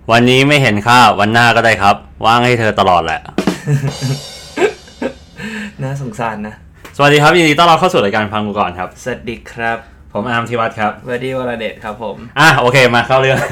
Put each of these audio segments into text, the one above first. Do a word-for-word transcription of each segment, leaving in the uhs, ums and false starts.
วันนี้ไม่เห็นค่าวันหน้าก็ได้ครับว่างให้เธอตลอดแหละน่าสงสารนะสวัสดีครับยินดีต้อนรับเข้าสู่รายการฟังกูก่อนครับสวัสดีครับผมอาร์มธิวัฒน์ครับวดีวรเดชครับผมอ่ะโอเคมาเข้าเรื่อง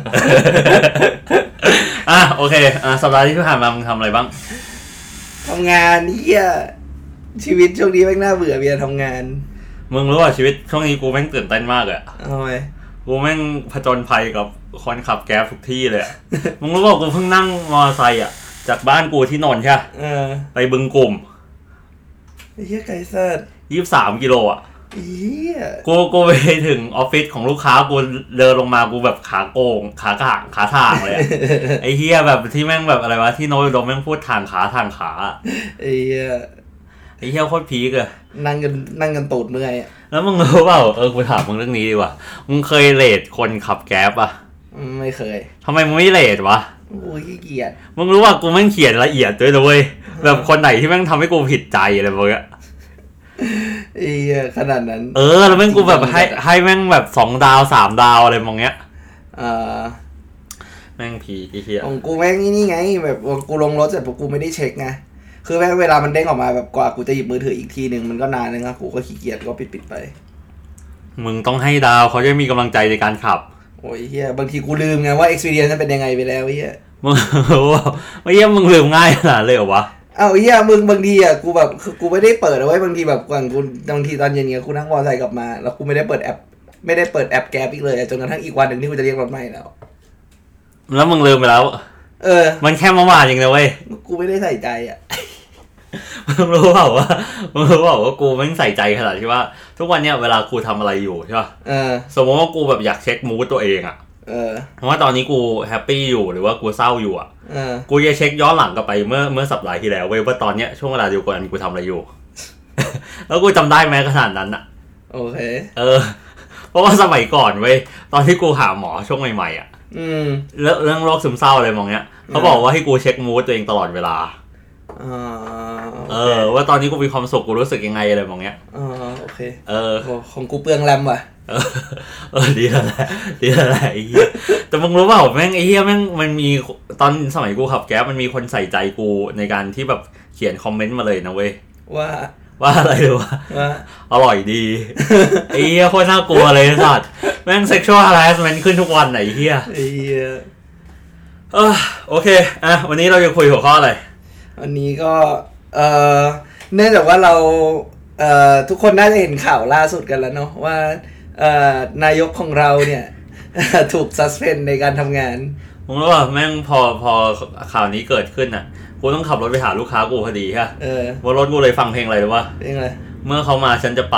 อ่ะโอเคอ่ะสัปดาห์ที่ผ่านมามึงทำอะไรบ้างทำงานเหี้ยชีวิตช่วงนี้แม่งน่าเบื่อเบียร์ทำงานมึงรู้ว่าชีวิตช่วงนี้กูแม่งตื่นเต้นมากเลยทำไมกูแม่งผจญภัยกับคนขับแก๊ปทุกที่เลยมึงรู้ว่ากูเพิ่งนั่งมอเตอร์ไซค์อ่ะจากบ้านกูที่นนท์ใช่เออไปบึงกลุ่มไอ้เหี้ยไกลสัสยี่สิบสามกิโลอ่ะเหี้ยกูกูไปถึงออฟฟิศของลูกค้ากูเดินลงมากูแบบขาโกงขาข่างขาทางเลย ไอ้เหี้ยแบบที่แม่งแบบอะไรวะที่โน้ตอุดมแม่งพูดทางขาทางขาไอ้เหี้ยไอ้เหี้ยโคตรพีกเลยนั่งกันนั่งกันตูดเมื่อยแล้วมึงรู้เปล่าเออกูถามมึงเรื่องนี้ดีกว่ามึงเคยเรทคนขับแก๊ปอ่ะไม่เคยทำไมมึงไม่เรทวะโอ้ยขี้เกียจมึงรู้ว่ากูแม่งเขียนละเอียดด้วยนะเว้ยแบบคนไหนที่แม่งทำให้กูผิดใจอะไรแบบเนี้ยไอ้เหี้ยขนาดนั้นเออแล้วแม่งกูแบบให้ให้แม่งแบบสองดาวสามดาวอะไรมองเงี้ยอ่าแม่งพีไอ้เหี้ยของกูแม่งนี่ไงแบบกูลงรถเสร็จกูไม่ได้เช็คไงคือแม่งเวลามันเด้งออกมาแบบกว่ากูจะหยิบมือถืออีกทีนึงมันก็นานนึงอ่ะกูก็ขี้เกียจก็ปิดๆไปมึงต้องให้ดาวเขาจะมีกำลังใจในการขับโอ้ยเหี้ยบางทีกูลืมไงว่า experience มันเป็นยังไงไปแล้วเหี้ยมึงว่าไม่เหี้ยมึงลืมง่ายขนาดเลยเหรอวะอ้าวเหี้ยมึงบางทีอ่ะกูแบบกูไม่ได้เปิดเอาไว้บางทีแบบก่อนกูบางทีตอนเย็นเงี้ยกูนั่งมอเตอร์ไซค์กลับมาแล้วกูไม่ได้เปิดแอปไม่ได้เปิดแอปแก๊ปอีกเลยจนกระทั่งอีกวันนึงที่กูจะเรียกรถใหม่แล้วแล้วมึงลืมไปแล้วเออมันแค่เมื่อวานเองนะเว้ยกูไม่ได้ใส่ใจอ่ะมึงรู้เปล่าว่ามึงรู้เปล่าว่ากูไม่ใส่ใจขนาดที่ว่าทุกวันเนี้ยเวลากูทำอะไรอยู่ใช่ป่ะเออสมมติว่ากูแบบอยากเช็คมูดตัวเองอ่ะเออเพราะว่าตอนนี้กูแฮปปี้อยู่หรือว่ากูเศร้าอยู่อ่ะเออกูจะเช็คย้อนหลังกลับไปเมื่อเมื่อสัปดาห์ที่แล้วเว้ยว่าตอนเนี้ยช่วงเวลาเดียวกันกูทำอะไรอยู่ แล้วกูจำได้แม้ขนาดนั้นอ่ะโอเคเออเพราะว่าสมัยก่อนเว้ยตอนที่กูหาหมอช่วงใหม่ๆอ่ะอืมเรื่องเรื่องโรคซึมเศร้าอะไรมองเนี้ยเขาบอกว่าให้กูเช็คมูดตัวเองตลอดเวลาอ่าเออว่าตอนนี้กูมีความสุขกูรู้สึกยังไงอะไรมองเนี้ยอ่าโอเคเออของกูเปลืองแรมว่ะเออเออดีแล้วแหละดีแล้วแหละไอ้เหี้ยแต่มึงรู้เปล่าแม่งไอ้เหี้ยแม่งมันมีตอนสมัยกูขับแก๊ปมันมีคนใส่ใจกูในการที่แบบเขียนคอมเมนต์มาเลยนะเว้ยว่าว่าอะไรหรือว่าว่าอร่อยดีไอ้เหี้ยโคตรน่ากลัวเลยสัตว์แม่ง sexual harassment ขึ้นทุกวันไอ้เหี้ยไอ้เหี้ยเออโอเคอ่ะวันนี้เราจะคุยหัวข้ออะไรวันนี้ก็เอ่อเนื่องจากว่าเราเอ่อทุกคนน่าจะเห็นข่าวล่าสุดกันแล้วเนาะว่าเอ่อนายกของเราเนี่ย ถูกซัสเพนในการทำงานผมรู้ว่าแม่งพอพอข่าวนี้เกิดขึ้นน่ะกูต้องขับรถไปหาลูกค้ากูพอดีค่ะเออว่ารถกูเลยฟังเพลงอะไรหรือวะเพลงอะไรเมื่อเขามาฉันจะไป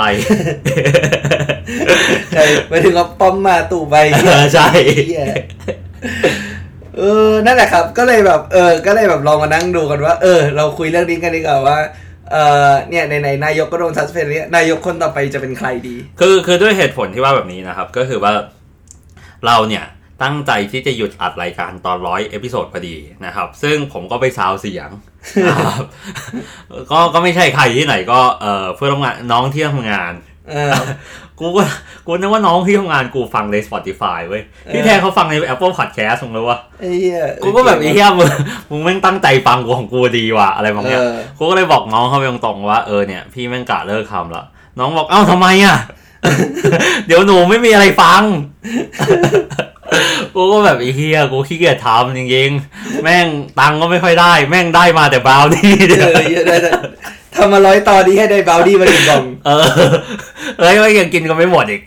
ใช่ไปถึงกับป้อมมาตู่ไปใช่เออนั่นแหละครับก็เลยแบบเออก็เลยแบบลองมานั่งดูกันว่าเออเราคุยเรื่องนี้กันดีกว่าว่าเอ่อเนี่ยในๆนายกก็โดนซัสเพนเนี่ยนายกคนต่อไปจะเป็นใครดีคือคือด้วยเหตุผลที่ว่าแบบนี้นะครับก็คือว่าเราเนี่ยตั้งใจที่จะหยุดอัดรายการตอนร้อยเอพิโซดพอดีนะครับซึ่งผมก็ไปซาวเสียงนะครับก็ก็ไม่ใช่ใครที่ไหนก็เอ่อเพื่อนร่วมงานน้องที่ทำงานเออกูก็กูนึกว่าน้องที่ทำงานกูฟังใน Spotify เว้ยที่แท้เขาฟังใน Apple Podcast ตรงเลยว่าไอ้เหี้ยกูก็แบบไอ้เหี้ยมึงมึงแม่งตั้งใจฟังกูของกูดีว่ะอะไรบางอย่างกูก็เลยบอกน้องเขาไปตรงๆว่าเออเนี่ยพี่แม่งกะเลิกทำละน้องบอกเอ้าทำไมอ่ะ เดี๋ยวหนูไม่มีอะไรฟัง กูก็แบบไอ้เหี้ยกูขี้เกียจทำจริงๆแม่งตังก็ไม่ค่อยได้แม่งได้มาแต่บราวนี่เออได้ทำมาร้อยตอนนี้ให้ได้บราวนี่มาหนึ่งกล่องเออเอ้ยไม่ยังกินก็ไม่หมดอีก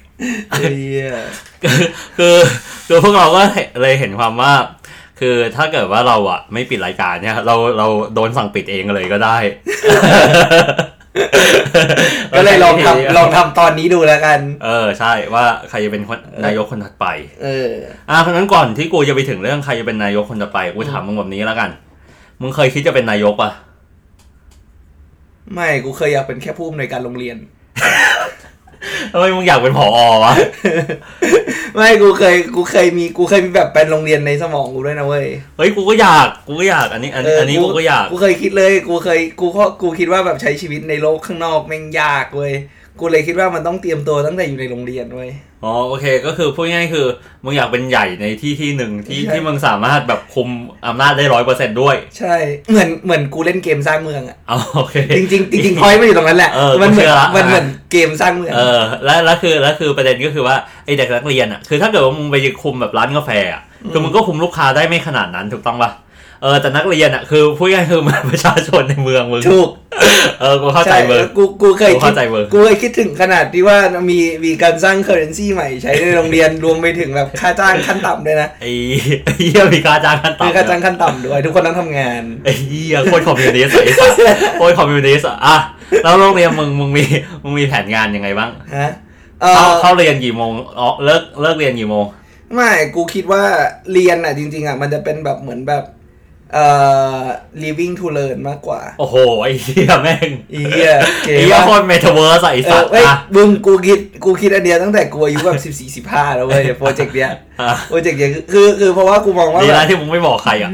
คือคือพวกเราก็เลยเห็นความว่าคือถ้าเกิดว่าเราอ่ะไม่ปิดรายการเนี่ยเราเราโดนสั่งปิดเองเลยก็ได้ก็เลยลองทำลองทำตอนนี้ดูแล้วกันเออใช่ว่าใครจะเป็นนายกคนถัดไปเอออ่ะเพราะนั้นก่อนที่กูจะไปถึงเรื่องใครจะเป็นนายกคนถัดไปกูถามมึงแบบนี้แล้วกันมึงเคยคิดจะเป็นนายกป่ะไม่กูเคยอยากเป็นแค่ผู้อำนวยการโรงเรียนทำไมมึงอยากเป็นผอ.วะไม่กูเคยกูเคยมีกูเคยมีแบบเป็นโรงเรียนในสมองกูด้วยนะเว้ยเฮ้ยกูก็อยากกูก็อยากอันนี้อันนี้อันนี้กูก็อยากกูเคยคิดเลยกูเคยกูก็กูคิดว่าแบบใช้ชีวิตในโลกข้างนอกแม่งยากเว้ยกูเลยคิดว่ามันต้องเตรียมตัวตั้งแต่อยู่ในโรงเรียนไว้อ๋อโอเคก็คือพูดง่ายๆคือมึงอยากเป็นใหญ่ในที่ที่หนึ่งที่ที่มึงสามารถแบบคุมอำนาจได้ร้อยเปอร์เซ็นต์ด้วยใช่เหมือนเหมือนกูเล่นเกมสร้างเมืองอ่ะอ๋อโอเคจริงๆจริงๆพอยต์มันอยู่ตรงนั้นแหละมันเหมือนมันเหมือนเกมสร้างเมืองเออแล้วแล้วคือแล้วคือประเด็นก็คือว่าไอ้เด็กนักเรียนอ่ะคือถ้าเกิดว่ามึงไปคุมแบบร้านกาแฟอ่ะคือมึงก็คุมลูกค้าได้ไม่ขนาดนั้นถูกต้องป่ะเออแต่นักเรียนอ่ะคือพูดง่ายๆคือมันประชาชนในเมืองมึงถูกเออกูเข้าใจเบอร์กูกูเคยคิดกูเคยคิดถึงขนาดที่ว่ามีมีการสร้าง currency ใหม่ใช้ในโรงเรียนรวมไปถึงแบบค่าจ้างขั้นต่ำด้วยนะไอ้เหี้ยมีค่าจ้างขั้นต่ำมีค่าจ้างขั้นต่ำด้วยทุกคนต้องทำงานไอ้เหี้ยโคตรคอมมิวนิสต์ไอ้สัสโคตรคอมมิวนิสต์อ่ะแล้วโรงเรียนมึงมึงมีมึงมีแผนงานยังไงบ้างฮะเข้าเข้าเรียนกี่โมงอ๋อเลิกเลิกเรียนกี่โมงไม่กูคิดว่าเรียนอ่ะจริงๆอ่ะมันจะเป็นแบบเหมือนแบบเอ่อ living to learn มากกว่าโอ้โหไอ้เหี้ยแม่งไอ้เหี้ยไอ้เหี้ยโคตรเมตาเวิร์สไอ้สัสอ่ะมึงกูคิดกูคิดอันเดียวตั้งแต่กูอายุแบบสิบสี่ สิบห้าแล้วเว้ยโปรเจกต์เนี้ยโปรเจกต์เนี้ยคือคือเพราะว่ากูมองว่าดีนะที่มึงไม่บอกใครอ่ะ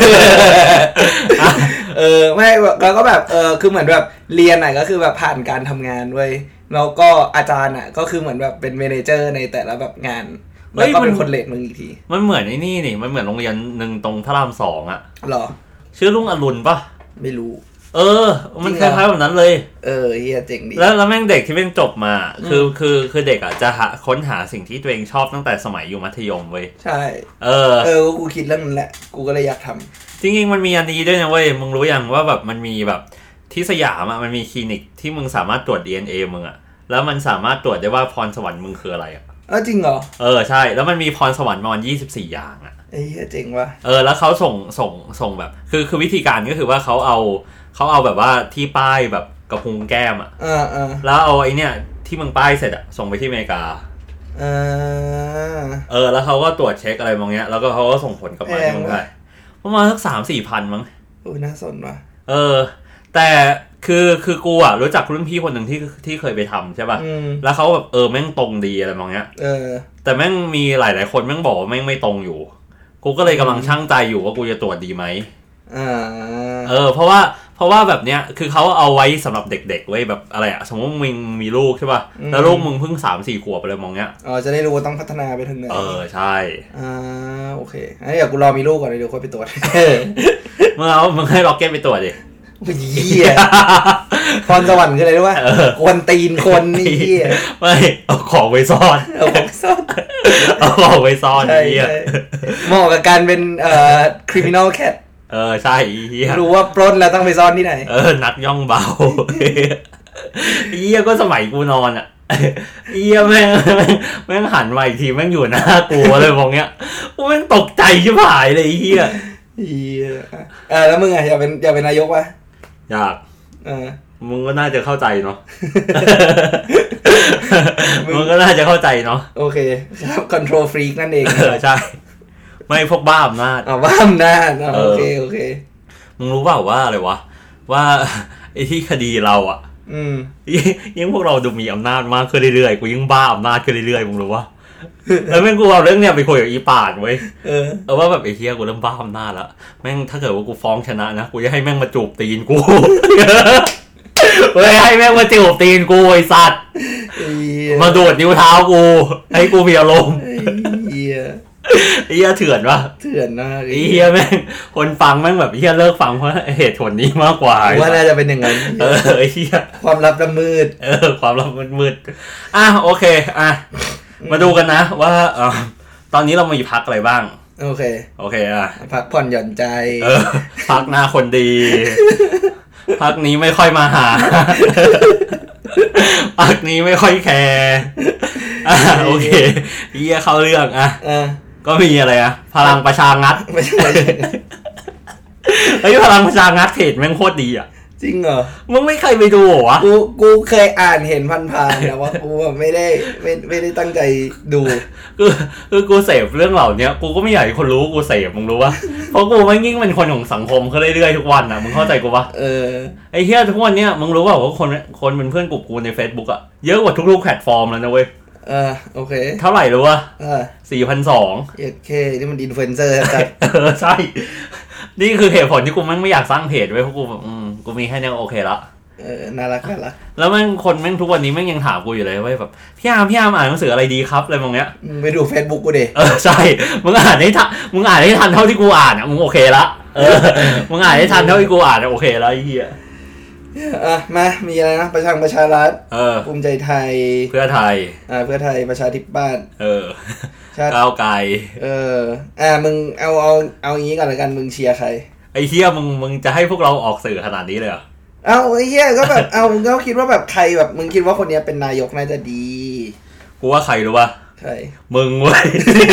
เออไม่แล้วก็แบบเออคือเหมือนแบบเรียนน่ะก็คือแบบผ่านการทำงานเว้ยแล้วก็อาจารย์อ่ะก็คือเหมือนแบบเป็นเมเนเจอร์ในแต่ละแบบงานแล้วก็เป็นคนเลทมึงอีกทีมันเหมือนไอ้นี่นี่มันเหมือนโรงเรียนนึงตรงพระรามสองอ่ะหรอชื่อลุงอรุณป่ะไม่รู้เออมันคล้ายๆแบบนั้นเลยเออเฮียเจ๋งดีแล้วแล้วแม่งเด็กที่แม่งจบมาคือคือคือเด็กอ่ะจะหาค้นหาสิ่งที่ตัวเองชอบตั้งแต่สมัยอยู่มัธยมเว้ยใช่เออเออกูคิดเรื่องนั้นแหละกูก็เลยอยากทำจริงๆมันมีอันนี้ด้วยนะเว้ยมึงรู้ยังว่าแบบมันมีแบบที่สยามอ่ะมันมีคลินิกที่มึงสามารถตรวจ ดี เอ็น เอ มึงอ่ะแล้วมันสามารถตรวจได้ว่าพรสวรรค์มึงคืออะไรอ่ะเออจริงเหรอเออใช่แล้วมันมีพรสวรรค์ประมาณยี่สิบสี่อย่างอ่ะไอ้เหี้ยเจ๋งว่ะเออแล้วเขาส่งส่งส่งแบบคือคือวิธีการก็คือว่าเขาเอาเขาเอาแบบว่าที่ป้ายแบบกระพุ้งแก้มอ่ะเออเออแล้วเอาไอ้เนี่ยที่มึงป้ายเสร็จอ่ะส่งไปที่อเมริกาเออเออแล้วเขาก็ตรวจเช็คอะไรบางอย่างแล้วก็เขาก็ส่งผลกลับมาที่เมืองไทยประมาณสักสามสี่พันมั้งโอ้น่าสนว่ะเออแต่คือคือกูอ่ะรู้จักรุ่นพี่คนหนึ่งที่ที่เคยไปทำใช่ป่ะแล้วเขาแบบเออแม่งตรงดีอะไรบางอย่างเออแต่แม่งมีหลายๆคนแม่งบอกว่าแม่งไม่ตรงอยู่กูก็เลยกำลังชั่งใจอยู่ว่ากูจะตรวจดีไหมอ่าเออเพราะว่าเพราะว่าแบบเนี้ยคือเขาเอาไว้สำหรับเด็กๆไว้แบบอะไรอะสมมติมึงมีลูกใช่ป่ะแล้วลูกมึงเพิ่งสามสี่ขวบอะไรมองเงี้ยอ๋อจะได้รู้ว่าต้องพัฒนาไปถึงไหนเออใช่อ่าโอเคงั้นเดี๋ยวกูรอมีลูกก่อนเดี๋ยวค่อยไปตรวจมึงเอามึงให้ล็อกเก็ตไปตรวจดิเหี้ยพรสวรรค์คืออะไรรู้ป่ะคนตีนคนนี่เหี้ยไม่เอาของไว้ซ่อนเอาของซ่อนเอาของไว้ซ่อนเหี้ยเหมาะกับการเป็นเอ่อ criminal cat เออใช่เหี้ยรู้ว่าปล้นแล้วต้องไปซ่อนที่ไหนเออนัดย่องเบาเหี้ยก็สมัยกูนอนอ่ะเหี้ยแม่งแม่งหันมาอีกทีแม่งอยู่หน้ากูเลยมองเงี้ยกูแม่งตกใจชิบหายเลยเหี้ยเหี้ยเออแล้วมึงอ่ะอยากเป็นอยากเป็นนายกป่ะอยากเออมึงก็น่าจะเข้าใจเนาะมึงก็น่าจะเข้าใจเนาะโอเคครับ control freak นั่นเองเออใช่ไม่พวกบ้าอำนาจอ๋อบ้าอำนาจโอเคโอเคมึงรู้เปล่าว่าอะไรวะว่าไอ้ที่คดีเราอ่ะอืมยิ่งพวกเราดูมีอำนาจมากขึ้นเรื่อยๆกูยิ่งบ้าอำนาจขึ้นเรื่อยๆมึงรู้ว่าแล้วแม่งกูเอาเรื่องเนี้ยไปคุยกับอีป่านเว้ยเออเออว่าแบบไอ้เหี้ยกูเริ่มบ้าอำนาจแล้วแม่งถ้าเกิดว่ากูฟ้องชนะนะกูจะให้แม่งมาจูบตีนกูเฮ้ยให้แม่งมาจูบตีนกูไอ้สัตว์มาดูดนิ้วเท้ากูให้กูมีอารมณ์เหี้ยไอ้เหี้ยเถื่อนวะเถื่อนนะไอ้เหี้ยแม่งคนฟังแม่งแบบไอ้เหี้ยเลิกฟังเพราะเหตุผลนี้มากกว่าว่าน่าจะเป็นอย่างนั้นเออไอ้เหี้ยความลับละมืดเออความลับมืดอ่ะโอเคอ่ะมาดูกันนะว่าเออตอนนี้เรามีพักอะไรบ้างโอเคโอเคอ่ะพักผ่อนหย่อนใจเออพักหน้าคนดีพักนี้ไม่ค่อยมาหาพักนี้ไม่ค่อยแคร์อ่ะโอเคเหี้ยเข้าเรื่องอ่ะก็มีอะไรอ่ะพลังประชางัดไม่ใช่เฮ้ยพลังประชางัดเพจแม่งโคตรดีอ่ะจริงเหรอมึงไม่เคยไปดูเหรอวะกูกูเคยอ่านเห็นผ่านๆแต่ว่ากูไม่ได้ไม่ไม่ได้ตั้งใจดูคือคือกูเสพเรื่องเหล่านี้กูก็ไม่อยากให้คนรู้กูเสพมึงรู้ปะเพราะกูไม่ยิ่งเป็นคนของสังคมเขาเรื่อยๆทุกวันอ่ะมึงเข้าใจกูปะเออไอ้เหี้ยทุกวันเนี้ยมึงรู้ป่ะว่าคนคนเป็นเพื่อนกลุ่มกูใน Facebook อ่ะเยอะกว่าทุกๆแพลตฟอร์มแล้วนะเว้ยเออโอเคเท่าไหร่รู้ป่ะเออสี่พันสองร้อยโอเคนี่มันอินฟลูเอนเซอร์จัดเออใช่นี่คือเหตุผลที่กูไม่อยากสร้างเพจไว้เพราะกูอืมกูมีแค่นี้โอเคละเออน่ารักน่ารักแล้วแม่งคนแม่งทุกวันนี้แม่งยังถามกูอยู่เลยว่าแบบพี่อาร์มพี่อาร์มอ่านหนังสืออะไรดีครับอะไรมองเงี้ยมึงไปดู Facebook กูดิเออใช่มึงอ่านให้ทันมึงอ่านให้ทันเท่าที่กูอ่านอ่ะมึงโอเคละเออมึงอ่านให้ทันเท่าที่กูอ่านโอเคแล้วไอ้เหี้ยอ่ะมามีอะไรนะประชาประชารัฐเออภูมิใจไทยเพื่อไทยอ่าเพื่อไทยประชาธิปัตย์เออก้าวไกลเอออ่ามึงเอาเอาเอางี้ก่อนละกันมึงเชียร์ใครไอ้เหี้ยมึงมึงจะให้พวกเราออกสื่อขนาดนี้เลยเหรอเอาไอ้เหี้ยก็แบบเอามึงก็คิดว่าแบบใครแบบมึงคิดว่าคนนี้เป็นนายกน่าจะดีกูว่าใครรู้ป่ะใครมึงเว้ย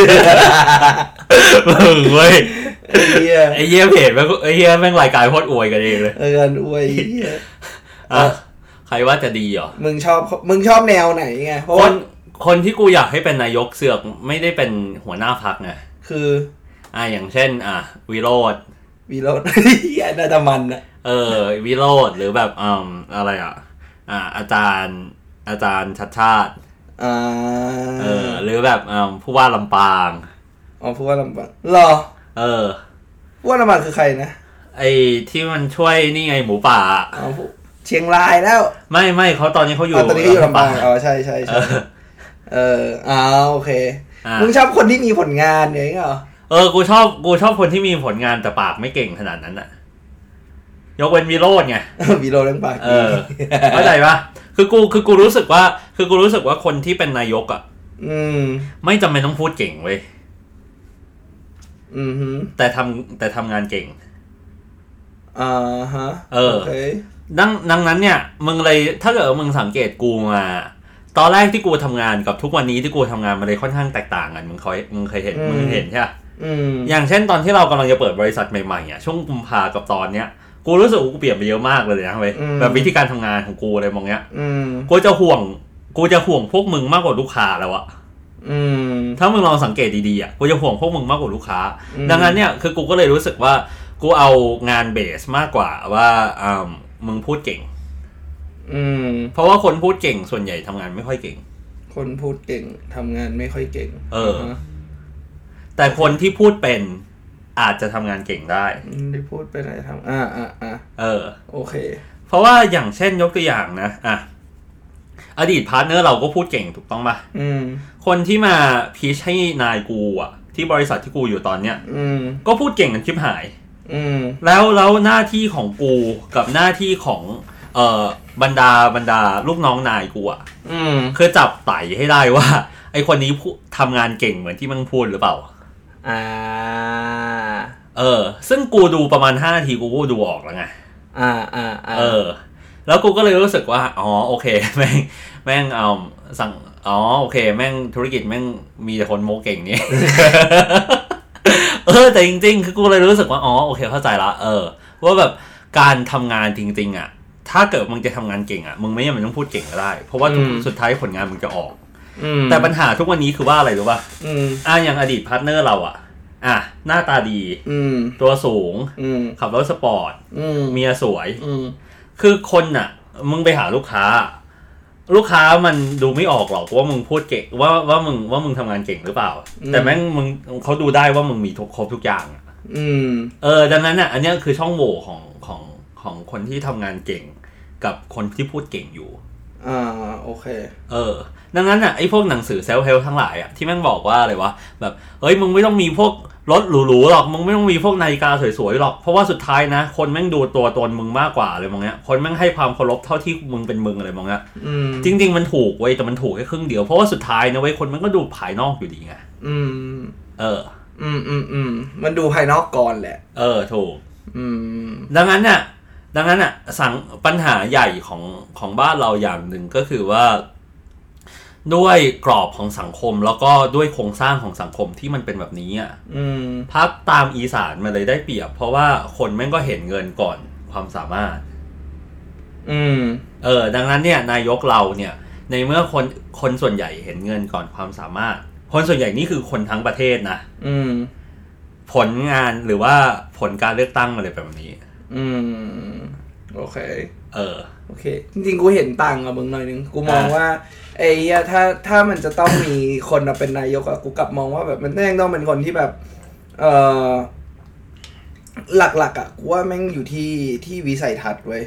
มึงเว้ยไอ้เหี้ยไอ้เหี้ยเพจแม่งไอ้เหี้ยแม่งรายการโคตรอวยกันเองเลยเออกันอวยเหี้ยอ่ะใครว่าจะดีเหรอมึงชอบมึงชอบแนวไหนไงเพราะคนคนที่กูอยากให้เป็นนายกเสือกไม่ได้เป็นหัวหน้าพรรคไงคืออ่ะอย่างเช่นอ่ะวิโรจน์วิโรจน์เหี้ยน่าจะมันนะเออวิโรจน์หรือแบบอืมอะไรอ่ะอ่าอาจารย์อาจารย์ชัดชาติอ่าเออหรือแบบอืมผู้ว่าลำปางอ๋อผู้ว่าลำปางหรอเออผู้ว่าลำปางคือใครนะไอ้ที่มันช่วยนี่ไงหมูป่าอ๋อเชียงรายแล้วไม่ไม่เขาตอนนี้เขาอยู่ตอนนี้เขาอยู่ลำปางอ๋อใช่ใช่ใช่เอออ๋อโอเคมึงชอบคนที่มีผลงานอย่างเงี้ยเหรอเออกูชอบกูชอบคนที่มีผลงานแต่ปากไม่เก่งขนาดนั้นน่ะยกเว้นวิโรจน์ไงวิโรจน์เรื่องปากเออเข้าใจปะคือกูคือกูรู้สึกว่าคือกูรู้สึกว่าคนที่เป็นนายกอ่ะอืมไม่จำเป็นต้องพูดเก่งเว้ยอือฮึแต่ทำแต่ทำงานเก่งอ่าฮะเออดังดังนั้นเนี่ยมึงเลยถ้าเกิดมึงสังเกตกูมาตอนแรกที่กูทำงานกับทุกวันนี้ที่กูทำงานมันเลยค่อนข้างแตกต่างกันมึงเคยมึงเคยเห็นมึงเห็นใช่ป่ะอย่างเช่นตอนที่เรากำลังจะเปิดบริษัทใหม่ๆอ่ะช่วงกุมภากับตอนเนี้ยกูรู้สึกว่ากูเปลี่ยนไปเยอะมากเลยนะเว้ยแบบวิธีการทำงานของกูอะไรมองเงี้ยกูจะห่วงกูจะห่วงพวกมึงมากกว่าลูกค้าแล้วอะถ้ามึงลองสังเกตดีๆอ่ะกูจะห่วงพวกมึงมากกว่าลูกค้าดังนั้นเนี่ยคือกูก็เลยรู้สึกว่ากูเอางานเบสมากกว่าว่าอ่ามึงพูดเก่งอืมเพราะว่าคนพูดเก่งส่วนใหญ่ทำงานไม่ค่อยเก่งคนพูดเก่งทำงานไม่ค่อยเก่งเออแต่คนที่พูดเป็นอาจจะทำงานเก่งได้ที่พูดเป็นอะไรทำอ่าอ่าอ่าเออโอเคเพราะว่าอย่างเช่นยกตัวอย่างนะอ่ะอดีตพาร์ทเนอร์เราก็พูดเก่งถูกต้องป่ะอืมคนที่มาพีชให้นายกูอ่ะที่บริษัทที่กูอยู่ตอนเนี้ยอืมก็พูดเก่งกันชิบหายอืมแล้วแล้วหน้าที่ของกูกับหน้าที่ของเอ่อบรรดาบรรดาลูกน้องนายกูอ่ะอืมคือจับไต่ให้ได้ว่าไอคนนี้ทำงานเก่งเหมือนที่มึงพูดหรือเปล่าอ่าเออซึ่งกูดูประมาณห้านาทีกูก็ดูออกแล้วไงอ่าอ่าเออแล้วกูก็เลยรู้สึกว่าอ๋อโอเคแม่งแม่งเอาสั่งอ๋อโอเคแม่งธุรกิจแม่งมีแต่คนโมเก่งนี่เออแต่จริงๆคือกูเลยรู้สึกว่าอ๋อโอเคเข้าใจละเออว่าแบบการทำงานจริงๆอ่ะถ้าเกิดมึงจะทำงานเก่งอ่ะมึงไม่จำเป็นต้องพูดเก่งก็ได้เพราะว่าสุดท้ายผลงานมึงจะออกแต่ปัญหาทุกวันนี้คือว่าอะไรรู้ป่ะอ่ะอย่างอดีตพาร์ทเนอร์เราอ่ะอ่ะหน้าตาดีตัวสูงขับรถสปอร์ตเมียสวยคือคนอ่ะมึงไปหาลูกค้าลูกค้ามันดูไม่ออกหรอกว่ามึงพูดเก่งว่าว่ามึงว่ามึงทำงานเก่งหรือเปล่าแต่แม่งมึงเขาดูได้ว่ามึงมีทุกครบทุกอย่างอ่ะเออดังนั้นอ่ะอันนี้คือช่องโหว่ของของของคนที่ทำงานเก่งกับคนที่พูดเก่งอยู่อ่าโอเคเออดังนั้นอ่ะไอ้พวกหนังสือเซลฟ์เฮลป์ทั้งหลายอ่ะที่แม่งบอกว่าอะไรวะแบบเฮ้ยมึงไม่ต้องมีพวกรถหรูๆหรอกมึงไม่ต้องมีพวกนาฬิกาสวยๆหรอกเพราะว่าสุดท้ายนะคนแม่งดูตัวตนมึงมากกว่าอะไรมองเงี้ยคนแม่งให้ความเคารพเท่าที่มึงเป็นมึงอะไรมองเงี้ยจริงๆมันถูกเว้ยแต่มันถูกแค่ครึ่งเดียวเพราะว่าสุดท้ายนะเว้ยคนมันก็ดูภายนอกอยู่ดีไงอืมเอออืมอืมอืมมันดูภายนอกก่อนแหละเออถูกอืมดังนั้นน่ะดังนั้นอ่ะสังปัญหาใหญ่ของของบ้านเราอย่างหนึ่งก็คือว่าด้วยกรอบของสังคมแล้วก็ด้วยโครงสร้างของสังคมที่มันเป็นแบบนี้อ่ะภาพตามอีสานมันเลยได้เปรียบเพราะว่าคนแม่งก็เห็นเงินก่อนความสามารถอืมเออดังนั้นเนี่ยนายกเราเนี่ยในเมื่อคนคนส่วนใหญ่เห็นเงินก่อนความสามารถคนส่วนใหญ่นี่คือคนทั้งประเทศนะอืมผลงานหรือว่าผลการเลือกตั้งอะไรแบบนี้อืมโอเคเออโอเคจริงๆกูเห็นต่างกับมึงหน่อยนึงกูมองว่าไอ้เนี่ยถ้าถ้ามันจะต้องมีคนมาเป็นนายกอะกูกลับมองว่าแบบมันแม่งต้องเป็นคนที่แบบเออหลักๆอะกูว่าแม่งอยู่ที่ที่วิสัยทัศน์เว้ย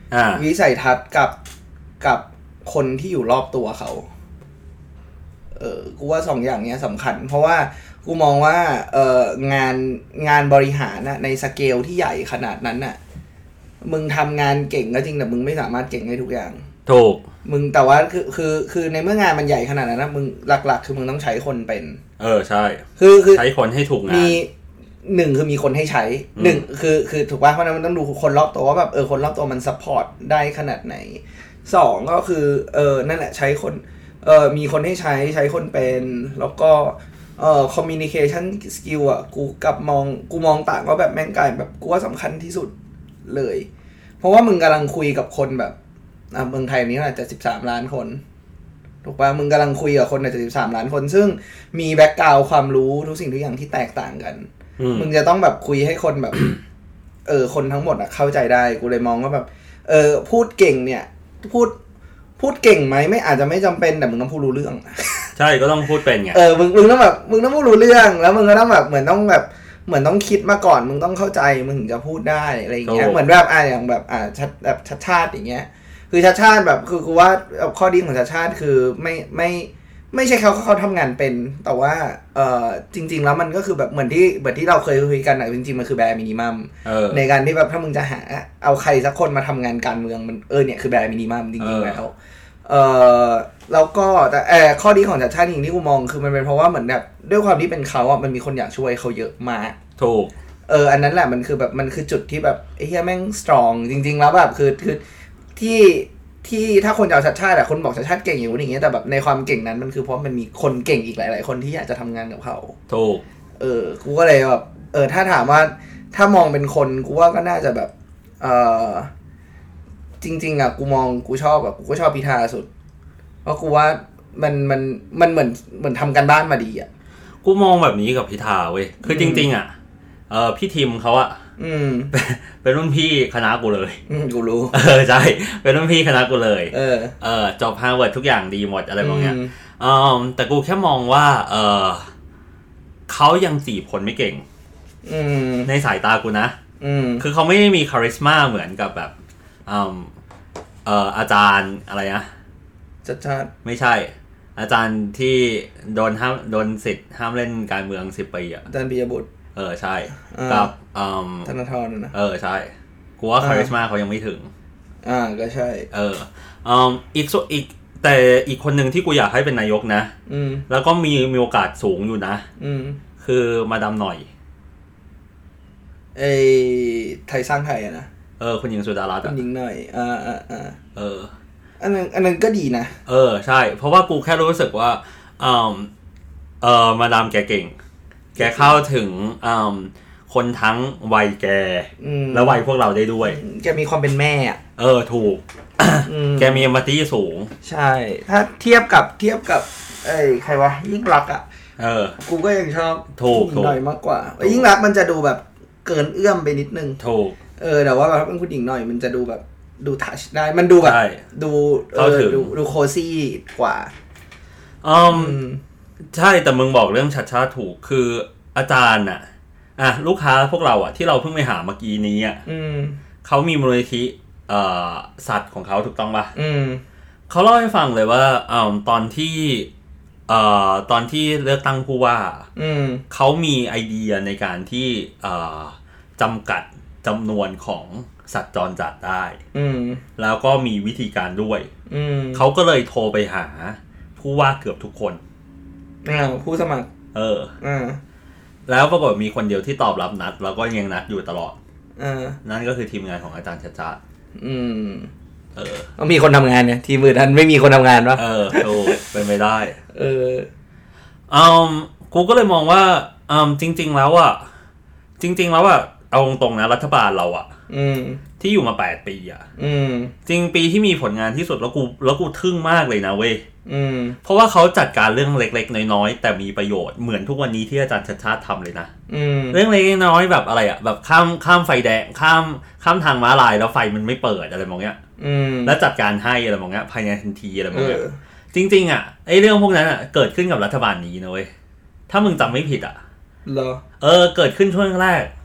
วิสัยทัศน์กับกับคนที่อยู่รอบตัวเขาเออกูว่าสองอย่างเนี้ยสำคัญเพราะว่ากูมองว่าเอองานงานบริหารนะในสเกลที่ใหญ่ขนาดนั้นน่ะมึงทำงานเก่งก็จริงแต่มึงไม่สามารถเก่งได้ทุกอย่างถูกมึงแต่ว่าคือคือคือในเมื่องานมันใหญ่ขนาดนั้นนะมึงหลักๆคือมึงต้องใช้คนเป็นเออใช่คือคือใช้คนให้ถูกงานมีหนึ่งคือมีคนให้ใช้หนึ่งคือคือถูกป่ะเพราะนั้นมันต้องดูคนรอบตัวว่าแบบเออคนรอบตัวมันซัพพอร์ตได้ขนาดไหนสองก็คือเออนั่นแหละใช้คนเออมีคนให้ใช้ใช้คนเป็นแล้วก็เอ่อ communication skill อ่ะกูกับมองกูมองต่างว่าแบบแม่งกลายแบบกูว่าสำคัญที่สุดเลยเพราะว่ามึงกำลังคุยกับคนแบบอ่ะเมืองไทยนี้อาจจะสิบสามล้านคนถูกป่ะมึงกำลังคุยกับคนอาจจะสิบสามล้านคนซึ่งมีแบ็คกราวด์ความรู้ทุกสิ่งทุกอย่างที่แตกต่างกันมึงจะต้องแบบคุยให้คนแบบ เออคนทั้งหมดอ่ะเข้าใจได้กูเลยมองว่าแบบเออพูดเก่งเนี่ยพูดพูดเก่งไหมไม่อาจจะไม่จำเป็นแต่มึงต้องพูดรู้เรื่องใช่ก็ต้องพูดเป็นไงเออมึงมึงต้องแบบมึงต้องพูดรู้เรื่องแล้วมึงก็ต้องแบบเหมือนต้องแบบเหมือนต้องคิดมาก่อนมึงต้องเข้าใจมึงถึงจะพูดได้อะไรอย่างเงี้ยเหมือนแบบอ่ะอย่างแบบอ่ะชัดแบบชัดชาติอย่างเงี้ยคือชัดชาติแบบคือกูว่าข้อดีของชัดชาติคือไม่ไม่ไม่ใช่เขาเขาทำงานเป็นแต่ว่าเออจริงๆแล้วมันก็คือแบบเหมือนที่เหมือนที่เราเคยคุยกันนะจริงๆมันคือแบร์มินิมัมในการที่แบบถ้ามึงจะหาเอาใครสักคนมาทำงานการเมืองมันเออเนี่ยคือแบร์มินิมัมจริงๆแล้วเออแล้วก็แต่เออข้อดีของชัดชาติจริงที่กูมองคือมันเป็นเพราะว่าเหมือนแบบด้วยความที่เป็นเขาอ่ะมันมีคนอยากช่วยเขาเยอะมากถูกเอออันนั้นแหละมันคือแบบมันคือจุดที่แบบไอ้เหี้ยแม่งสตรองจริงๆแล้วแบบคือคือที่ที่ถ้าคนจะเอาชัดชาติอะคนบอกชัดชาติเก่งอยู่อย่างเงี้ยแต่แบบในความเก่งนั้นมันคือเพราะมันมีคนเก่งอีกหลายๆคนที่อยากจะทำงานกับเขาถูกเออกูก็เลยแบบเออถ้าถามว่าถ้ามองเป็นคนกูว่าก็น่าจะแบบเออจริงๆอะกูมองกูชอบแบบกูก็ชอบพิธาสุดเพราะกูว่ามันมันมันเหมือนเหมือนทำกันบ้านมาดีอะกูมองแบบนี้กับพิธาเว้ยคือจริงๆอะเออพี่ทีมเขาอะอืมเป็นรุ่นพี่คณะกูเลยอืมกูรู้เออใช่เป็นรุ่นพี่คณะกูเลยเออเออจบฮาร์วาร์ดทุกอย่างดีหมดอะไรพวกเนี้ยอืมแต่กูแค่มองว่าเออเขายังจีบคนไม่เก่งอืมในสายตากูนะอืมคือเขาไม่ได้มีคาริสมาเหมือนกับแบบอืมเอ่ออาจารย์อะไรนะชัดชาติไม่ใช่อาจารย์ที่โดนห้ามโดนสิทธิ์ห้ามเล่นการเมืองสิบปีอ่ะอาจารย์ปิยบุตรเออใช่กับธนาธรนะเออใช่กูว่าคาริสมาเขายังไม่ถึงอ่าก็ใช่เอออืมอีกอีกแต่อีกคนหนึ่งที่กูอยากให้เป็นนายกนะอืมแล้วก็มีมีโอกาสสูงอยู่นะอืมคือมาดามหน่อยไอ้ไทยสร้างไทยอะนะเออคุณหญิงสุดารัตน์คุณหญิงหน่อยอ่าอ่าอ่าเอออันนั้นอันนั้นก็ดีนะเออใช่เพราะว่ากูแค่รู้สึกว่าอืมเออมาดามแกเก่งแกเข้าถึงอืมคนทั้งวัยแกและวัยพวกเราได้ด้วยแกมีความเป็นแม่อ่ะเออถูกแกมีเอมพัตตี้สูงใช่ถ้าเทียบกับเทียบกับไอ้ใครวะยิ่งรักอ่ะเออกูก็ยังชอบถูกหน่อยมากกว่ายิ่งรักมันจะดูแบบเกินเอื้อมไปนิดนึงถูกเออแต่ว่าแบบเป็นคุณหญิงหน่อยมันจะดูแบบดูทัชได้มันดูแบบดูเออดูดูโคซี่กว่าอืมใช่แต่มึงบอกเรื่องชัดชาติถูกคืออาจารย์น่ะอ่ะลูกค้าพวกเราอ่ะที่เราเพิ่งไปหาเมื่อกี้นี้อ่ะเขามีมูลนิธิเอ่อสัตว์ของเขาถูกต้องป่ะเขาเล่าให้ฟังเลยว่าอ่าตอนที่เอ่อตอนที่เลือกตั้งผู้ว่าเขามีไอเดียในการที่เอ่อจำกัดจำนวนของสัตว์จรจัดได้แล้วก็มีวิธีการด้วยเขาก็เลยโทรไปหาผู้ว่าเกือบทุกคนผู้สมัครเออแล้วปรากฏมีคนเดียวที่ตอบรับนัดแล้วก็ยังนัดอยู่ตลอดนั่นก็คือทีมงานของอาจารย์ชัดชาติอืมเออมีคนทำงานเนี่ยทีมอื่นนั้นไม่มีคนทำงานวะเออถูกเป็นไม่ได้เอออืมกูก็เลยมองว่าอืมจริงๆแล้วอ่ะจริงๆแล้วอ่ะเอาตรงๆนะรัฐบาลเราอ่ะที่อยู่มาแปดปีอ่ะจริงปีที่มีผลงานที่สุดแล้วกูแล้วกูทึ่งมากเลยนะเว้ยเพราะว่าเขาจัดการเรื่องเล็กๆน้อยๆแต่มีประโยชน์เหมือนทุกวันนี้ที่อาจารย์ชัดชาติทำเลยนะเรื่องเล็กๆน้อยๆแบบอะไรอ่ะแบบข้ามข้ามไฟแดงข้ามข้ามทางม้าลายแล้วไฟมันไม่เปิดอะไรมองเงี้ยแล้วจัดการให้อะไรมองเงี้ยภายในทันทีอะไรมองเงี้ยจริงๆอ่ะไอ้เรื่องพวกนั้นอ่ะเกิดขึ้นกับรัฐบาลนี้นะเว้ยถ้ามึงจำไม่ผิดอ่ะเหรอเออเกิดขึ้นช่วงแรก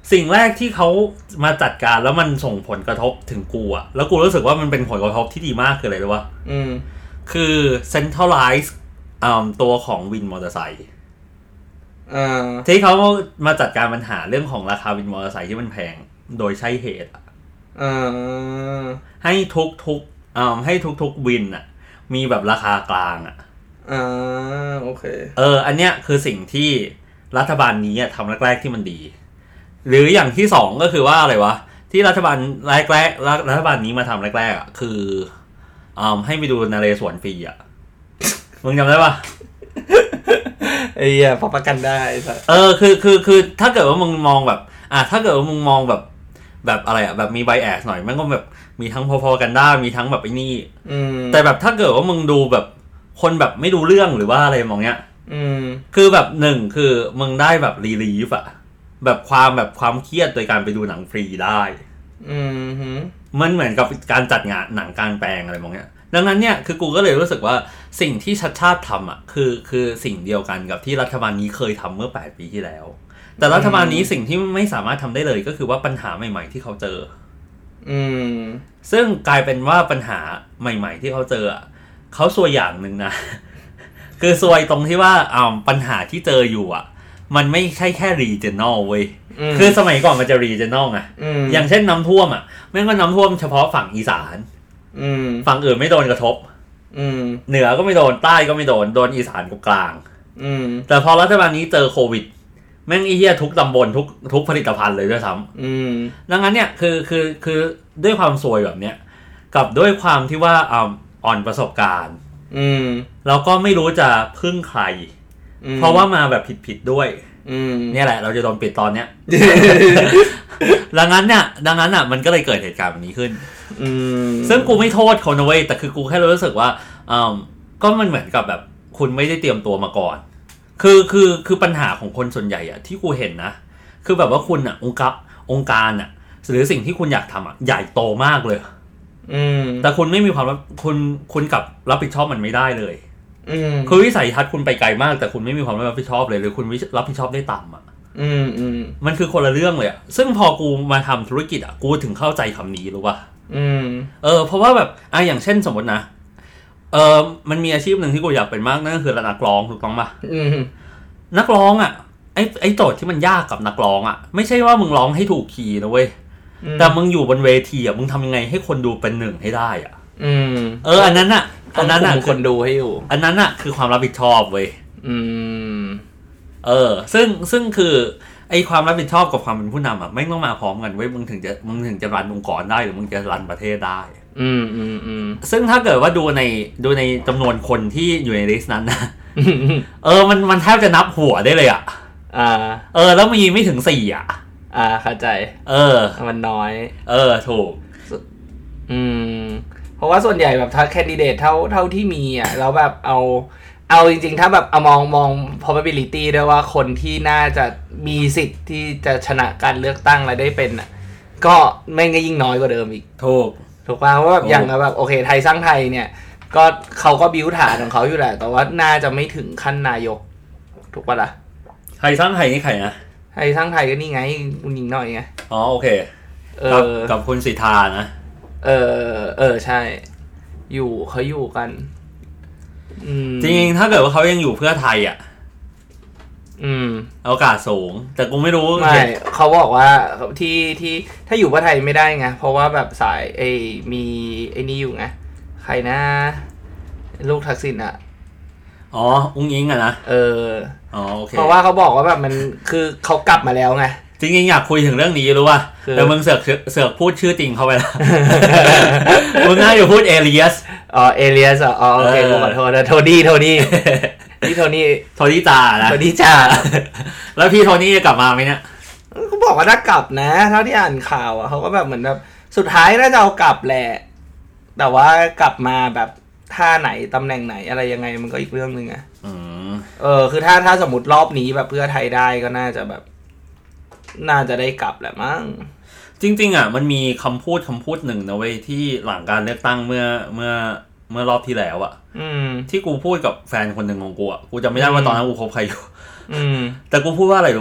สิ่งแรกที่เขามาจัดการแล้วมันส่งผลกระทบถึงกูอะแล้วกูรู้สึกว่ามันเป็นผลกระทบที่ดีมากคืออะไรรู้ป่ะอืมคือ centralize อ่าตัวของวินมอเตอร์ไซค์อ่าที่เขามาจัดการปัญหาเรื่องของราคาวินมอเตอร์ไซค์ที่มันแพงโดยใช้เหตุอ่าให้ทุกทุกอ่าให้ทุกทุกวินอะมีแบบราคากลางอะอ่าโอเคเอออันเนี้ยคือสิ่งที่รัฐบาลนี้ทำแรกๆที่มันดีหรืออย่างที่สองก็คือว่าอะไรวะที่รัฐบาลแรกๆรัฐบาลนี้มาทำแรกๆอ่ะคืออ่าให้ไปดูนาเรศวรฟรีอ่ะมึงจำได้ปะไอ้เหี้ยพอประกันได้เออคือคือคือถ้าเกิดว่ามึงมองแบบอ่ะถ้าเกิดว่ามึงมองแบบแบบอะไรอ่ะแบบมีไบแอสหน่อยมันก็แบบมีทั้งพอๆกันได้มีทั้งแบบไอ้นี่แต่แบบถ้าเกิดว่ามึงดูแบบคนแบบไม่ดูเรื่องหรือว่าอะไรมองเนี้ยคือแบบหนึ่งคือมึงได้แบบรีลีฟอ่ะแบบความแบบความเครียดโดยการไปดูหนังฟรีได้มันเหมือนกับการจัดงานหนังกลางแปลงอะไรมองเนี้ยดังนั้นเนี่ยคือกูก็เลยรู้สึกว่าสิ่งที่ชัดชาติทำอ่ะคือคือสิ่งเดียวกันกับที่รัฐบาลนี้เคยทำเมื่อแปดปีที่แล้วแต่รัฐบาลนี้สิ่งที่ไม่สามารถทำได้เลยก็คือว่าปัญหาใหม่ๆที่เขาเจออืมซึ่งกลายเป็นว่าปัญหาใหม่ๆที่เขาเจออ่ะเขาซวยอย่างนึงนะ คือซวยตรงที่ว่าอ่าปัญหาที่เจออยู่อ่ะมันไม่ใช่แค่ regional เว้ยคือสมัยก่อนมันจะ regional อ่ะอย่างเช่นน้ำท่วมอ่ะแม่งก็น้ำท่วมเฉพาะฝั่งอีสานฝั่งอื่นไม่โดนกระทบเหนือก็ไม่โดนใต้ก็ไม่โดนโดนอีสานกับกลางแต่พอรัฐบาลนี้เจอโควิดแม่งไอ้เหี้ยทุกตำบลทุกทุกผลิตภัณฑ์เลยด้วยซ้ำดังนั้นเนี่ยคือคือคือด้วยความซวยแบบเนี้ยกับด้วยความที่ว่าอ่อนประสบการณ์แล้วก็ไม่รู้จะพึ่งใครเพราะว่ามาแบบผิดๆด้วยเนี่ยแหละเราจะโดนปิดตอนเนี้ย ดังนั้นเนี่ยดังนั้นอ่ะมันก็เลยเกิดเหตุการณ์แบบนี้ขึ้นซึ่งกูไม่โทษเขานะเว้ยแต่คือกูแค่รู้สึกว่าอ่าก็มันเหมือนกับแบบคุณไม่ได้เตรียมตัวมาก่อนคือคือคือปัญหาของคนส่วนใหญ่อ่ะที่กูเห็นนะคือแบบว่าคุณอ่ะองค์การองค์การอ่ะหรือสิ่งที่คุณอยากทำอ่ะใหญ่โตมากเลยแต่คุณไม่มีความรับคุณคุณกับรับผิดชอบมันไม่ได้เลยคือวิสัยทัศน์คุณไปไกลมากแต่คุณไม่มีความรับผิดชอบเลยหรือคุณรับผิดชอบได้ต่ำอ่ะมันคือคนละเรื่องเลยอ่ะซึ่งพอกูมาทำธุรกิจอ่ะกูถึงเข้าใจคำนี้รู้ป่ะเออเพราะว่าแบบอ่ะอย่างเช่นสมมตินะเออมันมีอาชีพหนึ่งที่กูอยากเป็นมากนั่นก็คือนักร้องถูกต้องป่ะนักร้องอ่ะไอ้ไอ้โจทย์ที่มันยากกับนักร้องอ่ะไม่ใช่ว่ามึงร้องให้ถูกคีย์นะเว้ยแต่มึงอยู่บนเวทีอ่ะมึงทำยังไงให้คนดูเป็นหนึ่งให้ได้อ่ะเอออันนั้นอ่ะอันนั้นอ่ะคนดูให้อยู่อันนั้นอ่ะคือความรับผิดชอบเว้ยเออซึ่งซึ่งคือไอ้ความรับผิดชอบกับความเป็นผู้นำอ่ะไม่ต้องมาพร้อมกันเว้ยมึงถึงจะมึงถึงจะรันองค์กรได้หรือมึงจะรันประเทศได้อืมอืมอืมซึ่งถ้าเกิดว่าดูในดูในจำนวนคนที่อยู่ในลิสต์นั้นนะเออมันมันแทบจะนับหัวได้เลยอ่ะอ่าเออแล้วมีไม่ถึงสี่อ่ะอ่าเข้าใจเออมันน้อยเออถูกอืมเพราะว่าส่วนใหญ่แบบถ้าแคนดิเดตเท่าเท่าที่มีอ่ะแล้วแบบเอาเอาจริงๆถ้าแบบเอามองมอง probability ด้วยว่าคนที่น่าจะมีสิทธิ์ที่จะชนะการเลือกตั้งอะไรได้เป็นอ่ะก็ไม่ก็ยิ่งน้อยกว่าเดิมอีกถูกถูกป่ะเพราะแบบอย่างแบบโอเคไทยสร้างไทยเนี่ยก็เขาก็บิ้วฐานของเขาอยู่แหละแต่ว่าน่าจะไม่ถึงขั้นนายกถูกป่ะล่ะไทยสร้างไทยนี่ใครนะไทยสร้างไทยก็นี่ไงคุณหญิงหน่อยไงอ๋อโอเคเออกับคุณสิทธานะเออเออใช่อยู่เขาอยู่กันจริงๆถ้าเกิดว่าเขายังอยู่เพื่อไทยอ่ะอืมโอกาสสูงแต่กูไม่รู้ไม่เขาบอกว่าที่ที่ถ้าอยู่เพื่อไทยไม่ได้ไงเพราะว่าแบบสายไอ้มีไอ้นี่อยู่ไงใครนะลูกทักษิณอ่ะอ๋ออุ้งอิงอ่ะนะเอออ๋อโอเคเพราะว่าเขาบอกว่าแบบมันคือเขากลับมาแล้วไงจริงๆอยากคุยถึงเรื่องนี้รู้ป่ะแต่มึงเสือกเสือกพูดชื่อจริงเข้าไปแล้วมึงน่าจะพูดเอเลียสอ๋อเอเลียสอ๋อโอเคขอโทษนะโทนี่โทนี่พี่โทนี่โทนี่จ่านะโทนี่จ่าแล้วพี่โทนี่จะกลับมาไหมเนี่ยเขาบอกว่าถ้ากลับนะเท่าที่อ่านข่าวอ่ะเขาก็แบบเหมือนแบบสุดท้ายน่าจะเอากลับแหละแต่ว่ากลับมาแบบท่าไหนตำแหน่งไหนอะไรยังไงมันก็อีกเรื่องนึงอ่ะเออคือถ้าถ้าสมมติรอบนี้แบบเพื่อไทยได้ก็น่าจะแบบน่าจะได้กลับแหละมั้งจริงๆอ่ะมันมีคำพูดคำพูดหนึ่งนะเว้ยที่หลังการเลือกตั้งเมื่อเมื่อเมื่อรอบที่แล้วอ่ะที่กูพูดกับแฟนคนหนึ่งของกูอ่ะกูจำไม่ได้ว่าตอนนั้นกูคบใครอยู่แต่กูพูดว่าอะไรรู้ป่ะ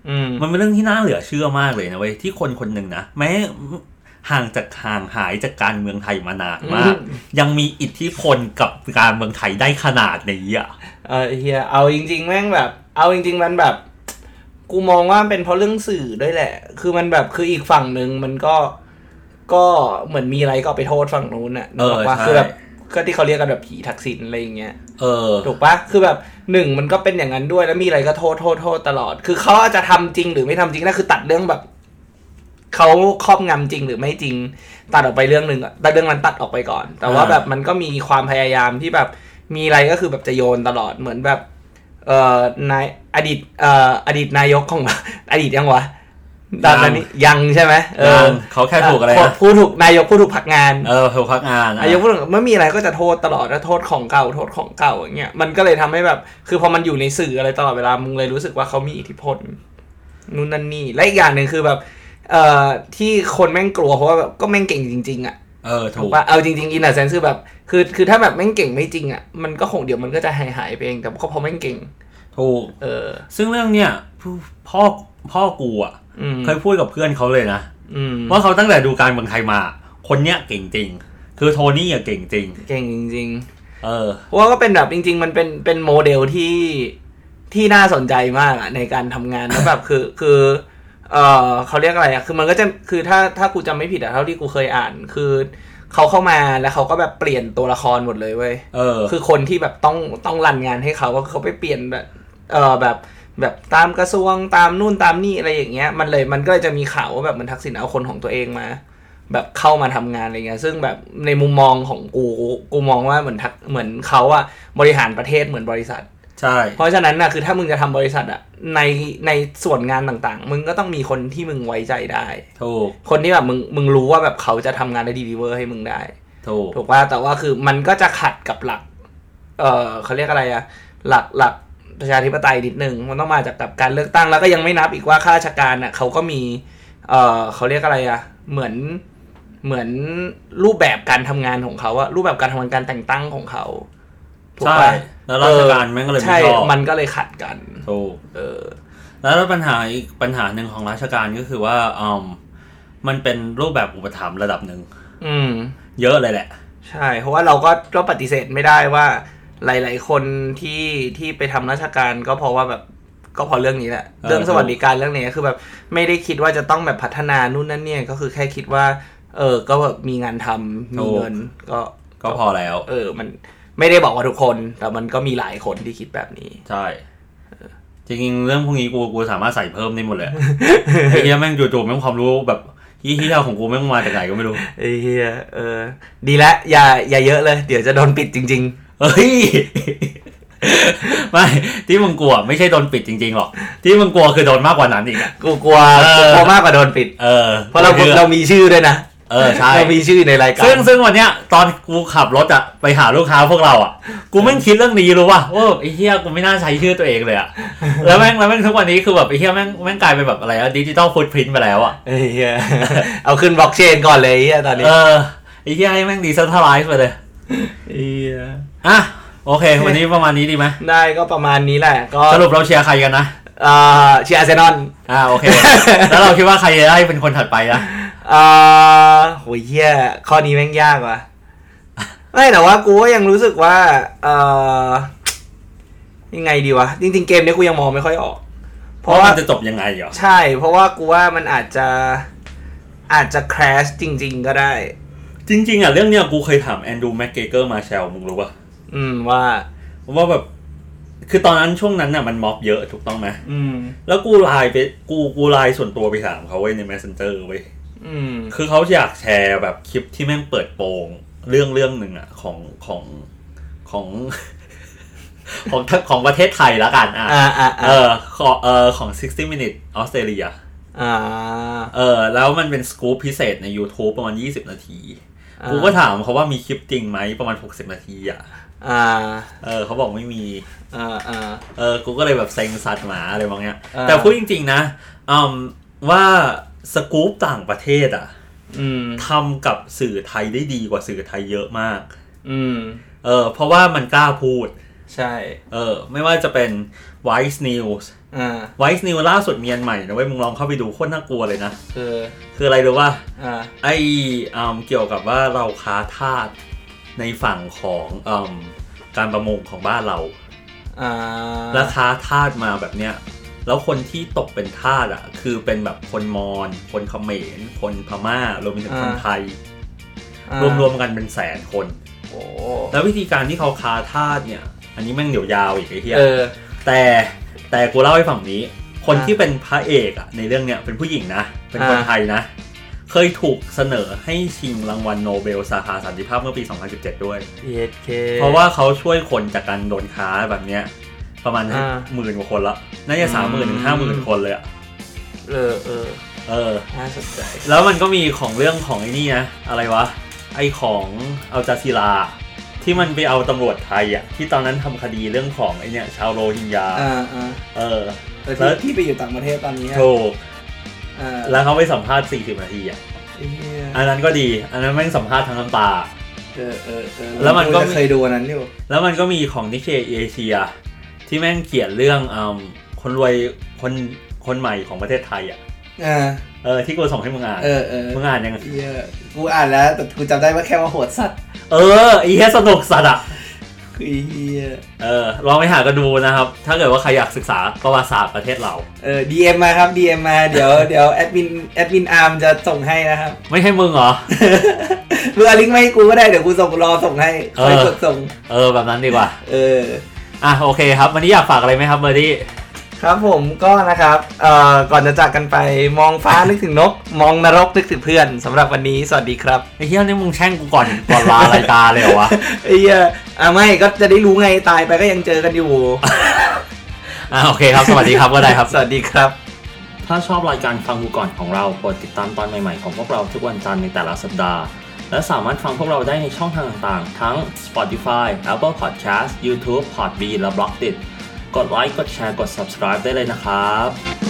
มันเป็นเรื่องที่น่าเหลือเชื่อมากเลยนะเว้ยที่คนคนหนึ่งนะแม้ห่างจากห่างหายจากการเมืองไทยมานานมากยังมีอิทธิพลกับการเมืองไทยได้ขนาดนี้อ่ะเออเฮียเอาจริงๆแม่งแบบเอาจริงๆมันแบบกูมองว่าเป็นเพราะเรื่องสื่อด้วยแหละคือมันแบบคืออีกฝั่งนึงมันก็ก็เหมือนมีอะไรก็ไปโทษฝั่งนู้นน่ะนึกออกป่ะคือแบบก็ที่เขาเรียกกันแบบผีทักษิณอะไรอย่างเงี้ยเออถูกปะคือแบบหนึ่งมันก็เป็นอย่างนั้นด้วยแล้วมีอะไรก็โทษโทษโทษตลอดคือเขาจะทำจริงหรือไม่ทำจริงนั่นคือตัดเรื่องแบบเขาครอบงำจริงหรือไม่จริงตัดออกไปเรื่องนึงอะแต่เรื่องนั้นตัดออกไปก่อนแต่ว่าแบบมันก็มีความพยายามที่แบบมีอะไรก็คือแบบจะโยนตลอดเหมือนแบบเอ่อนายอดีตเอ่ออดีตนายกของอดีตยังวะตอนนี้ยังใช่ไหมเออเขาแค่ถูกอะไรนะผู้ถูกนายกผู้ถูกพักงานเออถูกพักงานนายกผู้ถูกเมื่อมีอะไรก็จะโทษตลอดแล้วโทษของเก่าโทษของเก่าอย่างเงี้ยมันก็เลยทำให้แบบคือพอมันอยู่ในสื่ออะไรตลอดเวลามึงเลยรู้สึกว่าเขามีอิทธิพลนู่นนั่นนี่และอีกอย่างนึงคือแบบเอ่อที่คนแม่งกลัวเพราะว่าแบบก็แม่งเก่งจริงๆอ่ะเออถูกป่ะเอาจริงๆอินเนอร์เซนส์คือแบบคือคือถ้าแบบแม่งเก่งไม่จริงอ่ะมันก็คงเดี๋ยวมันก็จะหายหายไปเองแต่ก็เพราะแม่งเก่งถูกเออซึ่งเรื่องเนี้ยพ่อพ่อกูอ่ะเคยพูดกับเพื่อนเขาเลยนะว่าเขาตั้งแต่ดูการเมืองไทยมาคนเนี้ยเก่งจริงคือโทนี่อ่ะเก่งจริงเก่งจริงๆเออเพราะว่าก็เป็นแบบจริงๆมันเป็นเป็นโมเดลที่ที่น่าสนใจมากอ่ะในการทำงานแล้วแบบคือคือเออเขาเรียกอะไรอ่ะคือมันก็จะคือถ้าถ้ากูจำไม่ผิดอ่ะเท่าที่กูเคยอ่านคือเขาเข้ามาแล้วเขาก็แบบเปลี่ยนตัวละครหมดเลยเว้ยเออคือคนที่แบบต้องต้องรันงานให้เขาก็เขาไปเปลี่ยนแบบเออแบบแบบตามกระทรวงตามนู่นตามนี่อะไรอย่างเงี้ยมันเลยมันก็เลยจะมีข่าวว่าแบบมันทักษิณเอาคนของตัวเองมาแบบเข้ามาทำงานอะไรเงี้ยซึ่งแบบในมุมมองของกูกูมองว่าเหมือนทักเหมือนเขาอะบริหารประเทศเหมือนบริษัทใช่เพราะฉะนั้นนะคือถ้ามึงจะทำบริษัทอะในในส่วนงานต่างๆมึงก็ต้องมีคนที่มึงไว้ใจได้ถูกคนที่แบบมึงมึงรู้ว่าแบบเขาจะทำงานได้ดีลิเวอร์ให้มึงได้ถูกถูกว่าแต่ว่าคือมันก็จะขัดกับหลักเออเขาเรียกอะไรอะหลักหลักประชาธิปไตยนิดนึงมันต้องมาจากกับการเลือกตั้งแล้วก็ยังไม่นับอีกว่าข้าราชการน่ะเขาก็มีเอ่อเขาเรียกอะไรอ่ะเหมือนเหมือนรูปแบบการทำงานของเขาอะรูปแบบการทำงานการแต่งตั้งของเขาใช่แล้วราชการแม่งก็เลยไม่ชอบมันก็เลยขัดกันถูกเออแล้วปัญหาอีกปัญหาหนึ่งของราชการก็คือว่าอืมมันเป็นรูปแบบอุปถัมภ์ระดับหนึ่งอืมเยอะเลยแหละใช่เพราะว่าเราก็ก็ปฏิเสธไม่ได้ว่าหลายๆคนที่ที่ไปทำราชการก็เพราะว่าแบบก็เพราะเรื่องนี้แหละเรื่องสวัสดิการเรื่องนี้คือแบบไม่ได้คิดว่าจะต้องแบบพัฒนานู่นนั่นเนี่ยก็คือแค่คิดว่าเออก็แบบมีงานทำมีเงินก็ก็พอแล้วเออมันไม่ได้บอกว่าทุกคนแต่มันก็มีหลายคนที่คิดแบบนี้ใช่จริงๆเรื่องพวกนี้กูกูสามารถใส่เพิ่มได้หมดเลยไอ้เหี้ยแม่งจู่ๆแม่งความรู้แบบเหี้ยๆของกูแม่งมาจากไหนก็ไม่รู้ไอ้เหี้ยเออดีแล้วอย่าอย่าเยอะเลยเดี๋ยวจะโดนปิดจริงๆเฮ้ยไม่ที่มึงกลัวไม่ใช่โดนปิดจริงๆหรอกที่มึงกลัวคือโดนมากกว่านั้นอีกกูกลัวกลัวมากกว่าโดนปิดเออเพราะเราเรามีชื่อด้วยนะเออใช่เรามีชื่อในรายการซึ่งซึ่งวันเนี้ยตอนกูขับรถอะไปหาลูกค้าพวกเราอะกูแม่งคิดเรื่องนี้รู้ป่ะว่าไอ้เหี้ยกูไม่น่าใช้ชื่อตัวเองเลยอะแล้วแม่งแล้วแม่งทุกวันนี้คือแบบไอ้เหี้ยแม่งแม่งกลายเป็นแบบอะไรอะดิจิตอลฟุตพริ้นท์ไปแล้วอะไอ้เหี้ยเอาขึ้นบล็อกเชนก่อนเลยไอ้เหี้ยตอนนี้เออไอ้เหี้ยให้แม่งดีเซนทรัลไลซ์ไปเลยไอ้เหี้ยอ่ะโอเควันนี้ประมาณนี้ดีไหมได้ก็ประมาณนี้แหละก็สรุปเราเชียร์ใครกันนะอ่าเชียร์อาร์เซนอลอ่าโอเคแล้วเราคิดว่าใครจะได้เป็นคนถัดไปนะอ่าโหเหี้ยข้อนี้แม่งยากว่ะไม่แต่ว่ากูก็ยังรู้สึกว่าเอ่อยังไงดีวะจริงๆเกมนี้กูยังมองไม่ค่อยออกเพราะว่ามันจะจบยังไงเหรอใช่เพราะว่ากูว่ามันอาจจะอาจจะแครชจริงๆก็ได้จริงๆอ่ะเรื่องเนี้ยกูเคยถามแอนดรูว์แม็กเกเกอร์มาแชลมึงรู้ป่ะอืมว่าว่าแบบคือตอนนั้นช่วงนั้นน่ะมันม็อบเยอะถูกต้องไหมอืมแล้วกูไลน์ไปกูกูไลน์ส่วนตัวไปถามเขาไว้ใน Messenger เว้ยอืมคือเขาอยากแชร์แบบคลิปที่แม่งเปิดโปงเรื่องเรื่องหนึ่งอ่ะของของของของของประเทศไทยละกันอ่ะเออของเออของหกสิบ minutes ออสเตรเลียอ่าเออแล้วมันเป็นสกู๊ปพิเศษใน YouTube ประมาณยี่สิบนาทีกูก็ถามเขาว่ามีคลิปจริงไหมประมาณหกสิบนาทีอ่ะอ่าเออเขาบอกไม่มีอ่าอ่าเออกูก็เลยแบบเซ็งสัตว์หมาอะไรบางอย่างแต่พูดจริงๆนะอืมว่าสกู๊ปต่างประเทศอ่ะทำกับสื่อไทยได้ดีกว่าสื่อไทยเยอะมากอืมเออเพราะว่ามันกล้าพูดใช่เออไม่ว่าจะเป็น Vice News อ่าไวซ์นิวล่าสุดมีอันใหม่นะเว้ยมึงลองเข้าไปดูโคตรน่ากลัวเลยนะคือคืออะไรรู้ป่ะอ่าไออ่าเกี่ยวกับว่าเราค้าทาสในฝั่งของอ่าการประมงของบ้านเราอ่าแล้วค้าทาสมาแบบเนี้ยแล้วคนที่ตกเป็นทาสอ่ะคือเป็นแบบคนมอญคนเขมรคนพม่ารวมไปถึงคนไทยรวมๆกันเป็นแสนคนโอ้แล้ววิธีการที่เขาค้าทาสเนี่ยอันนี้แม่งเดี๋ยวยาวอีกไอ้เหี้ยแต่แต่กูเล่าให้ฝั่งนี้คนที่เป็นพระเอกอ่ะในเรื่องเนี้ยเป็นผู้หญิงนะเป็นคนไทยนะเคยถูกเสนอให้ชิงรางวัลโนเบลสาขาสันติภาพเมื่อปีสองพันสิบเจ็ดด้วยเอ เคเพราะว่าเขาช่วยคนจากการโดนค้าแบบเนี้ยประมาณหมื่นกว่าคนละน่าจะสามหมื่นถึงห้าหมื่นคนเลยอ่ะเออเออเออน่าสนใจแล้วมันก็มีของเรื่องของไอ้นี่นะอะไรวะไอของอัลจาซีราที่มันไปเอาตำรวจไทยอ่ะที่ตอนนั้นทำคดีเรื่องของไอเนี่ยชาวโรฮิงญาอ่าอ่าเออแล้วที่ไปอยู่ต่างประเทศตอนนี้ถูกแล้วเขาไปสัมภาษณ์สี่สิบนาทีอ่ะอันนั้นก็ดีอันนั้นแม่งสัมภาษณ์ทางน้ำตาเออเออเออแล้วมันก็เคยดูอันนั้นอยู่แล้วมันก็มีของนิเคเอเชียที่แม่งเขียนเรื่องอ่าคนรวยคนคนใหม่ของประเทศไทยอ่ะเออที่กูส่งให้มึงอ่านเออเออมึงอ่านยังไงกูอ่านแล้วแต่กูจำได้ว่าแค่ว่าโหดสัตว์เออไอ้แค่สนุกสัตว์อ่ะคือเฮียเออลองไปหากันดูนะครับถ้าเกิดว่าใครอยากศึกษาประวัติศาสตร์ประเทศเราเออ ดี เอ็ม มาครับ ดี เอ็ม มาเดี๋ยวเดี๋ยวแอดมินแอดมินอาร์มจะส่งให้นะครับไม่ให้มึงเหรอมึงเอาลิงก์มาให้กูก็ได้เดี๋ยวกูส่งรอส่งให้ค่อยกดส่งเออแบบนั้นดีกว่าเอออ่ะโอเคครับวันนี้อยากฝากอะไรไหมครับเบอร์ดี้ครับผมก็นะครับเอ่อก่อนจะจากกันไปมองฟ้านึกถึงนกมองนรกนึกถึงเพื่อนสำหรับวันนี้สวัสดีครับไอ้เหี้ยนี่มึงแช่งกูก่อนก่อนลารายการเลยเหรอวะไอ้เหี้ยอ่ะไม่ก็จะได้รู้ไงตายไปก็ยังเจอกันอยู่อ่ะโอเคครับสวัสดีครับก็ได้ครับสวัสดีครับถ้าชอบรายการฟังกูก่อนของเราโปรดติดตามตอนใหม่ๆของพวกเราทุกวันจันทร์ในแต่ละสัปดาห์และสามารถฟังพวกเราได้ในช่องทางต่างๆทั้ง Spotify, Apple Podcast, YouTube, Podbean และ Blogdit กดไลค์กดแชร์กด Subscribe ได้เลยนะครับ